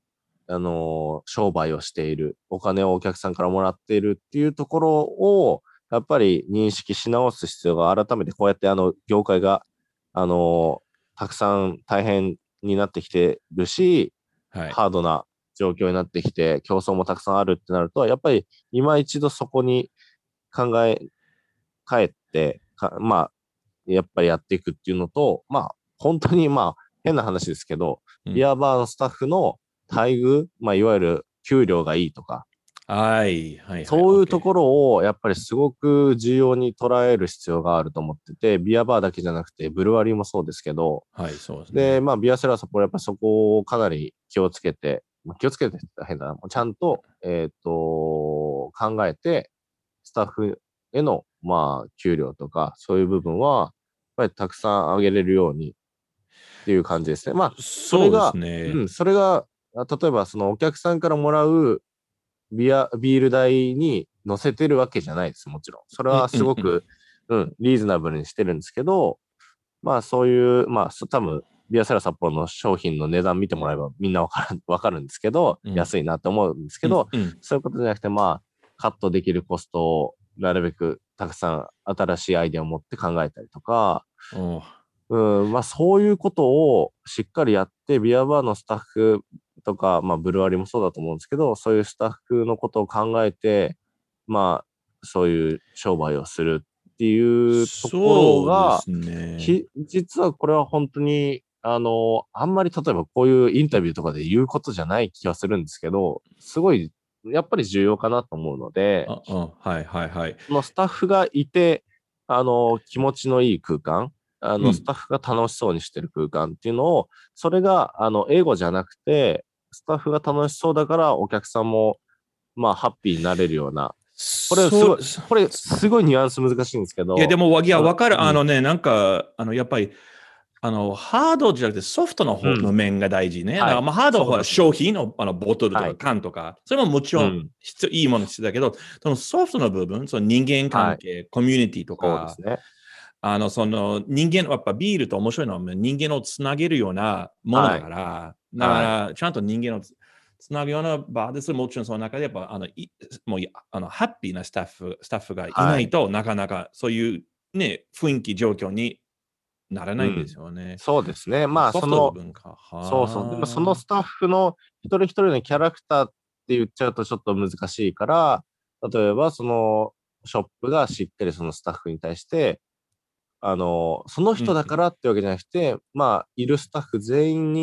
あのー商売をしている、お金をお客さんからもらっているっていうところを、やっぱり認識し直す必要が改めてこうやってあの、業界が、あのーたくさん大変になってきてるし、 はい。 ハードな状況になってきて、競争もたくさんあるってなると、やっぱり今一度そこに考え、帰って、かまあ、やっぱりやっていくっていうのと、まあ、本当にまあ、変な話ですけど、 うん。 ビアバーのスタッフの待遇、まあ、いわゆる給料がいいとか、 はい、はいはい、 そういうと OK。 ころをやっぱりすごく重要に捉える必要があると思ってて、ビアバーだけじゃなくて、ブルワリーもそうですけど、 はい、そうですで、 ね。 まあ、ビアセラーサポはやっぱそこをかなり気をつけて、まあ、気をつけてって言ったら変だな、ちゃんと、えっと、考えて、スタッフへの、まあ、給料とか、そういう部分は、やっぱりたくさん上げれるようにっていう感じですね。まあ、それそうですが、 ね。 うん、それが、あ例えばそのお客さんからもらうビア、ビール代に乗せてるわけじゃないです、もちろん。それうんはうんうん。 すごく、うん、リーズナブルにしてるんですけど、まあそういう、まあそ多分、ビアセラ札幌の商品の値段見てもらえばみんなわかる、わかるんですけど、 うん。 安いなと思うんですけうんど、 うん。 そういうことじゃなくて、まあ、カットできるコストをなるべくたくさん新しいアイデアを持って考えたりとか、 おうん、まあそういうことをしっかりやって、ビアバーのスタッフとか、まあブルワリーもそうだと思うんですけど、そういうスタッフのことを考えて、まあそういう商売をするっていうところが、 そうですね。 き実はこれは本当に、あの、あんまり例えばこういうインタビューとかで言うことじゃない気がするんですけど、すごい、やっぱり重要かなと思うので、 あ、あ、はいはいはい。 そのスタッフがいて、あの、気持ちのいい空間、あの、スうん。 タッフが楽しそうにしてる空間っていうのを、それが、あの、英語じゃなくて、スタッフが楽しそうだからお客さんも、まあ、ハッピーになれるような、これすごい、 そう、そこれすごいニュアンス難しいんですけいや、でど、 も、わいや、 あの、 わかる。 うん、 あのね、なんか、あの、やっぱり、あの、ハードじゃなくてソフトの方のうん、 面が大事ね。だから、 はい、 まあ、ハードはほらそうだと思います。 商品の、あのボトルとかはい、 缶とか、それももちろんうん、 必要いいもの必要だけど、そのソフトの部分、その人間はい、 関係、コミュニティとか、 そうですね。 あの、その人間、やっぱビールと面白いのは人間をつなげるようなものだはい、 から、だかはい、 ら、ちゃんと人間をつつなぐような場です。もちろんその中で、やっぱ、あの、いもういあのハッピーなスタッフ、スタッフがいなはい、 いとなかなかそういうね、雰囲気状況にならないんですうん。 よね。 そうですね。まあ、 ソフトの部その、 分か。 そうそう。でもそのはあ。 スタッフの一人一人のキャラクターって言っちゃうとちょっと難しいから、例えばそのショップがしっかりそのスタッフに対して、あの、そのうんうん。 人だからってわけじゃなくて、まあ、いるスタッフ全員に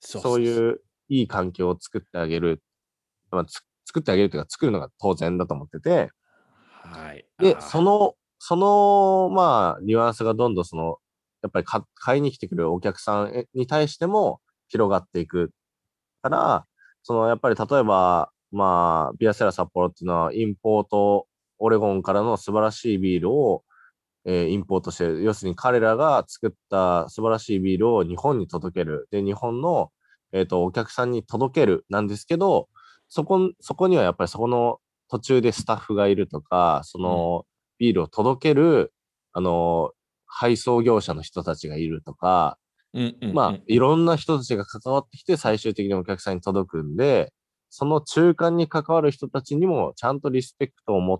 そういういい環境を作ってあげる、まあ、つ作ってあげるというか、作るのが当然だと思ってて、 はい。 で、 あその、その、まあ、ニュアンスがどんどんその、やっぱりか買いに来てくるお客さんに対しても広がっていくから、その、やっぱり例えば、まあ、ビアセラ札幌っていうのは、インポート、オレゴンからの素晴らしいビールを、えーインポートしてる。要するに彼らが作った素晴らしいビールを日本に届ける。で、日本の、えっと、お客さんに届けるなんですけど、そこ、そこにはやっぱりそこの途中でスタッフがいるとか、そうん。 のビールを届ける、あの、配送業者の人たちがいるとか、 うんうんまあ、いうんうん。 ろんな人たちが関わってきて最終的にお客さんに届くんで、その中間に関わる人たちにもちゃんとリスペクトを持って、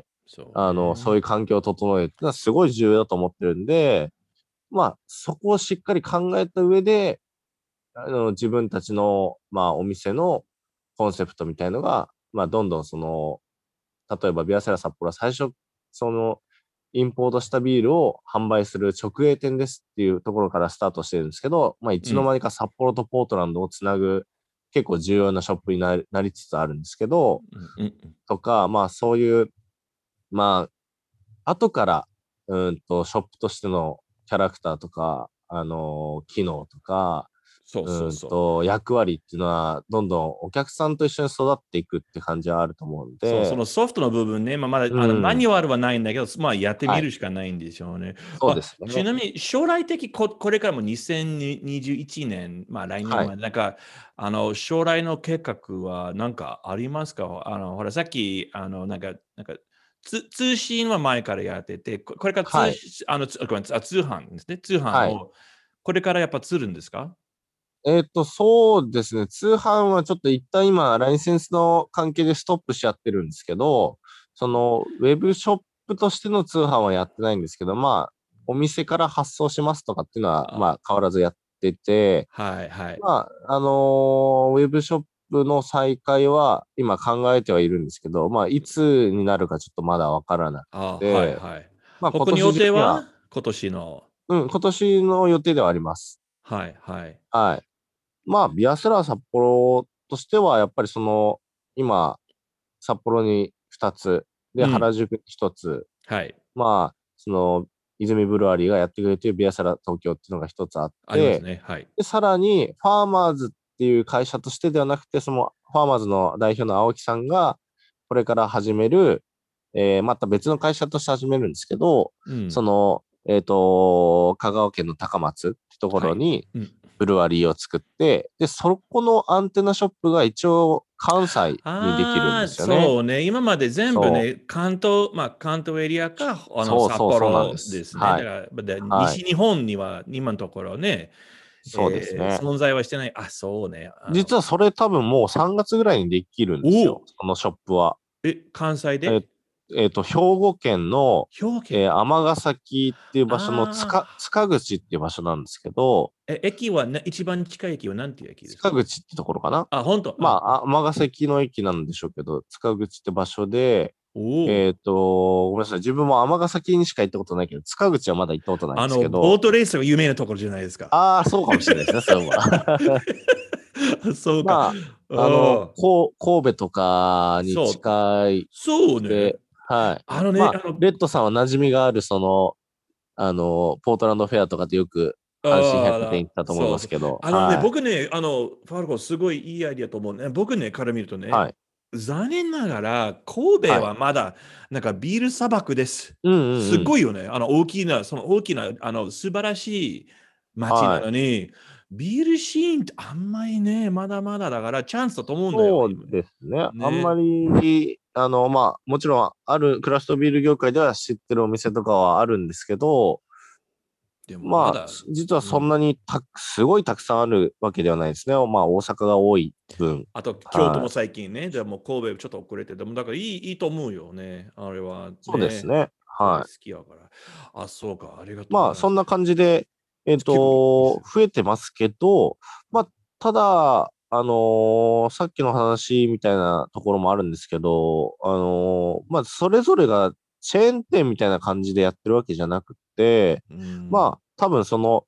そうあの、そういうね。 環境を整えるっていうのはすごい重要だと思ってるんで、まあ、そこをしっかり考えた上で、あの、自分たちの、まあ、お店のコンセプトみたいのが、まあ、どんどんその、例えばビアセラ札幌は最初、その、インポートしたビールを販売する直営店ですっていうところからスタートしてるんですけど、まあ、いうん。 つの間にか札幌とポートランドをつなぐ結構重要なショップになりなりつつあるんですけど、 うんうんうん。 とか、まあそういう、まあ、後から、うんと、ショップとしてのキャラクターとか、あのー機能とか、 そうそううんそう。 と、役割っていうのは、どんどんお客さんと一緒に育っていくって感じはあると思うんそう、そで、 のソフトの部分ね、まあ、まだうあのマニん、 ュアルはないんだけど、まあ、やってみはい、 るしかないんでしょうね。 そうであ、 すね。 ちなみに将来的こ、これからもにせんにじゅういちねん、まあ来年はい、 まで、なんか、あの、将来の計画は何かありますか？あの、ほら、さっき、あの、なんか、なんか、つ通信は前からやってて、ここれから通はい、 しあの、つごめんなさい、あ、通販ですね。通販はい。 をこれからやっぱ釣るんですか？ えっと、そうですね。通販はちょっと一旦今、ライセンスの関係でストップしちゃってるんですけど、その、ウェブショップとしての通販はやってないんですけど、まあ、お店から発送しますとかっていうのは、まあ、 あ、変わらずやってて、 はいはい。 まあ、あのーウェブショップの再開は今考えてはいるんですけど、まあ、いつになるかちょっとまだわからなくあ、はいて、 はい。 まあ、今他に予年中には、 定は？今年の。 うん、今年の予定ではあります。 はいはい。 はい。まあ、ビアスラー札幌としては、やっぱりその、今、札幌にふたつ、で、 うん。 原宿にひとつ、 はい。 まあ、その、泉ブルワリーがやってくれているビアサラ東京っていうのが一つあって、 ありますね。はい。 で、さらに、ファーマーズっていう会社としてではなくて、その、ファーマーズの代表の青木さんが、これから始める、えーまた別の会社として始めるんですけど、 うん。 その、えっと、香川県の高松ってとこはい。 ろに、 うん。 ブルワリーを作って、で、そこのアンテナショップが一応関西にできるんでああ、 すよね。 そうね。今まで全部そう。 ね、関東、まあ、関東エリアか、あの、札そうそうそうなんです。 幌ですね。 はい。 だから、ではい。 西日本には今のところね、 そうですえーね。 存在はしてない。あ、そうね。あの、 実はそれ多分もうさんがつぐらいにできるんですよ。 おお、 そのショップは。 え、関西え、 でえっと、兵庫県の、 兵庫県。 えー尼崎っていう場所の塚、 あ塚口っていう場所なんですけど、 あ、え、駅はな、一番近い駅は何ていう駅ですか？ 塚口ってところかな。 あ、本当。あ、 まあ、あ尼崎の駅なんでしょうけど、塚口って場所で、 おお。 えっと、ごめんなさい。自分も尼崎にしか行ったことないけど、塚口はまだ行ったことないんあの、 ですけど、 ボートレースが有名なところじゃないですか。 ああ、そうかもしれないですね、そういえば。 そうか。 まあ、あの、 ああ、 こう神戸とかにそう。 近いそうね。 くて、はい。 あのね、 まあ、 あの、 レッドさんは馴染みがある、その、あの、ポートランドフェアとかでよく阪神百貨店ああ、 行ったと思いそうそう。 ますけど、 あのね、 はい。 僕ね、あの、ファルコ、すごいいいアイディアと思うね。僕ね、から見るとね、 はい。 残念ながら、神戸はい。 はまだ、なんかビール砂漠です。 うんうんすうん。 ごいよね。あの、大きな、その大きな、あの、素晴らしい街なはい。 のに、ビールシーンってあんまりね、まだまだだから、チャンスだと思うんだよ、 そう今。 ですね。あんまね。 り、あの、まあ、もちろん、ある、クラフトビール業界では知ってるお店とかはあるんですけど、 でもままあ、 だ、 実はそんうん。 なにたく、すごいたくさんあるわけではないですね。まあ、大阪が多い分。 あと、京都もはい。 最近ね、でも神戸ちょっと遅れて、でもだからいい、いいと思うよね。あれはそうですね。 ね。 神戸はい。 好きやから。あ、そうか。ありがとうごまあ、 ざいます。 そんな感じで、えっ結構いいでと、 す。 増えてますけど、まあ、ただ、あのーさっきの話みたいなところもあるんですけど、あのーまあ、それぞれがチェーン店みたいな感じでやってるわけじゃなくて、 うん。 まあ、多分その、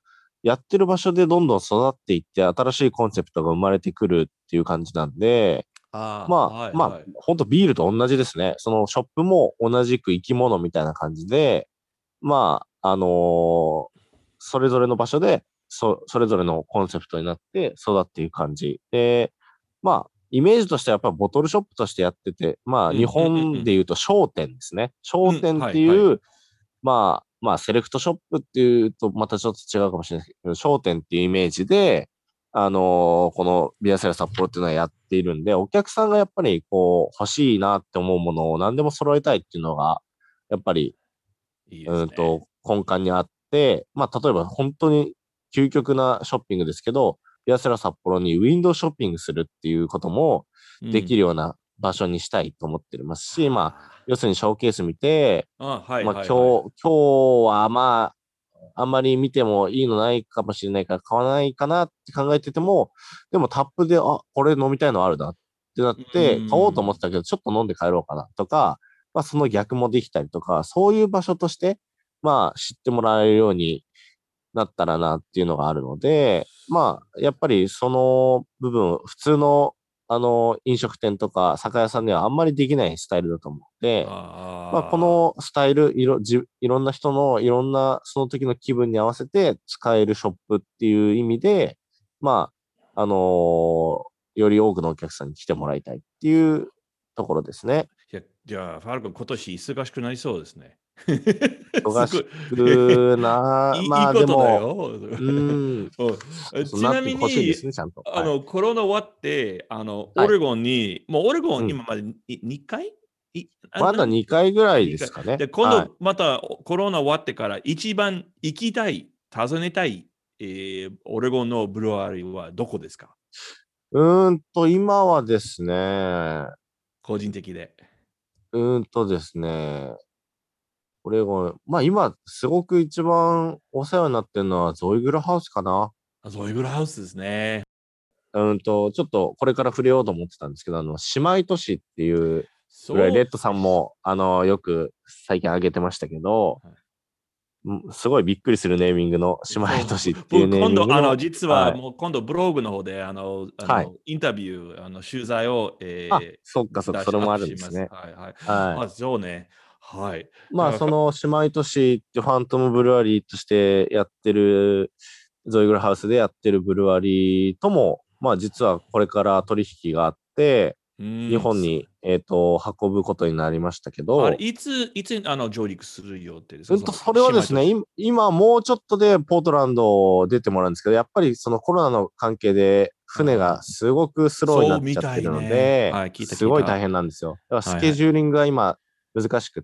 やってる場所でどんどん育っていって、新しいコンセプトが生まれてくるっていう感じなんで、 ああ、 まあ、まあはいはい。、 ほんとビールと同じですね。そのショップも同じく生き物みたいな感じで、まあ、あのーそれぞれの場所で、そ、それぞれのコンセプトになって育っていく感じ。で、まあ、イメージとしてはやっぱりボトルショップとしてやってて、まあ、日うんうんうんうん。 本で言うと商店ですね。商うん、 店っはいはい。 ていう、まあ、まあ、セレクトショップっていうとまたちょっと違うかもしれないですけど、商店っていうイメージで、あのーこのビアセラ札幌っていうのはやっているんで、お客さんがやっぱりこう欲しいなって思うものを何でも揃えたいっていうのが、やっぱり、 いいですね。 うんと、根幹にあって、まあ、例えば本当に究極なショッピングですけど、ビアセラ札幌にウィンドウショッピングするっていうこともできうん。 るような場所にしたいと思ってますし、まあ、 あ要するにショーケース見て、 あ、あはいまあはいはい。 今日、今日はまあ、あんまり見てもいいのないかもしれないから買わないかなって考えてても、でもタップで、あ、これ飲みたいのあるなってなっうて、買おうと思っん。 てたけど、ちょっと飲んで帰ろうかなとか、まあその逆もできたりとか、そういう場所として、まあ知ってもらえるようになったらなっていうのがあるので、まあやっぱりその部分、普通のあの飲食店とか酒屋さんではあんまりできないスタイルだと思うので、まあ、こああ、 のスタイル、いろ、じ、いろんな人のいろんなその時の気分に合わせて使えるショップっていう意味で、まあ、あのーより多くのお客さんに来てもらいたいっていうところですね。 いや、じゃあ、ファルコン、今年忙しくなりそうですね。す忙しごい。 くな、 いいいいまあことだでも、 よ。 うーん、 うんそうちななってほしいでみに、 すね、ちゃんと。はい。 あの、コロナ終わって、あの、オはい。 レゴンに、もうオレゴンうん。 今までににかいいあ、 まだなんにかいぐらいでにかい。 すかね。 で、今はい。 度またコロナ終わってから一番行きたい、訪ねたい、えーオレゴンのブルワリーはどこですか？ うーんと、今はですね、 個人的で。 うーんとですね、オレゴン、まあ今、すごく一番お世話になってるのはゾイグルハウスかな。 あ、ゾイグルハウスですね。 うーんと、ちょっとこれから触れようと思ってたんですけど、あの、姉妹都市っていうぐらい、 そう。 レッドさんも、あの、よく最近挙げてましたけど、 はいうんすごいびっくりするネーミングの姉そう、 妹都ぼ市っていう僕、 ネー今度、あの、 ミングの、 実ははい、 もう今度ブログの方で、あの、あはい。 のインタビュー、あの取材を、 あ、 えそっかそっか、 ー出し、アッそれもあプします。 るんですね。 はいはい。 はい。 あ、そうね。はい。 まあ、 だからファその姉妹都市ってファントムブルワリーとしてやってる、ゾイグルハウスでやってるブルワリーとも、まあ実はこれから取引があって、 う日ーん、す本に、えっと、運ぶことになりましたけあれ、 ど、 いつ、いつ、あの、上陸する予定ですか、 うんと、 そのそれはですね、 姉妹都市。 今、今もうちょっとでポートランド出てもらうんですけど、やっぱりそのコロナの関係で船がああ、 すごくスローになっそうみたいちゃってるのね。 で、 はい、聞いた聞いた。 すごい大変なんですよ。だからスはいはい。 ケジューリングが今難しくって、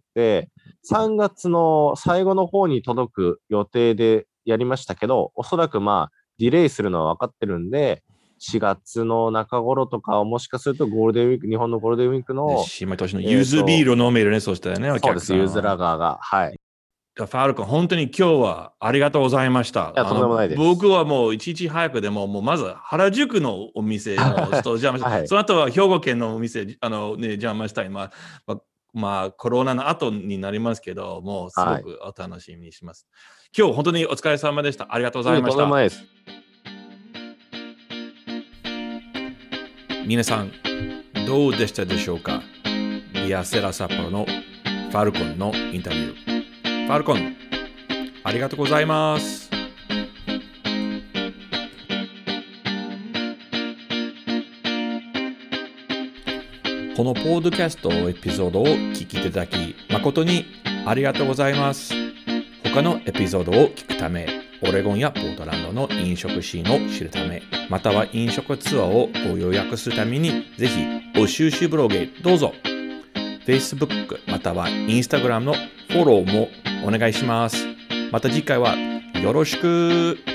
さんがつの最後の方に届く予定でやりましたけど、おそらくまあ、ディレイするのは分かってるんで、しがつの中頃とか、もしかするとゴールデンウィーク、日本のゴールデンウィークで、 の、 姉妹都市のユーズビえっと、 ールを飲めるね、そうしたらね、お客そうです、ユーズさんは。 ラガーが、はい。いファルコン、本当に今日はありがとうございました。 や、 あの、 とんでもないです。 僕はもういちいち早くでも、もうまず原宿のお店のちょっと邪魔しはい。 その後は兵庫県のお店、あのね、邪魔したい。まあ、まあ、まあ、コロナの後になりますけど、もうすごはい。 くお楽しみにします。今日本当にお疲れ様でした。ありがとうございえ、とんでもいました。 ないです。 皆さん、どうでしたでしょうか？ビアセラ札幌のファルコンのインタビュー。ファルコン、ありがとうございます。このポッドキャストエピソードを聞きいただき誠にありがとうございます。他のエピソードを聞くため、オレゴンやポートランドの飲食シーンを知るため、または飲食ツアーをご予約するために、ぜひお収集ブログへどうぞ。Facebook または Instagram のフォローもお願いします。また次回はよろしく。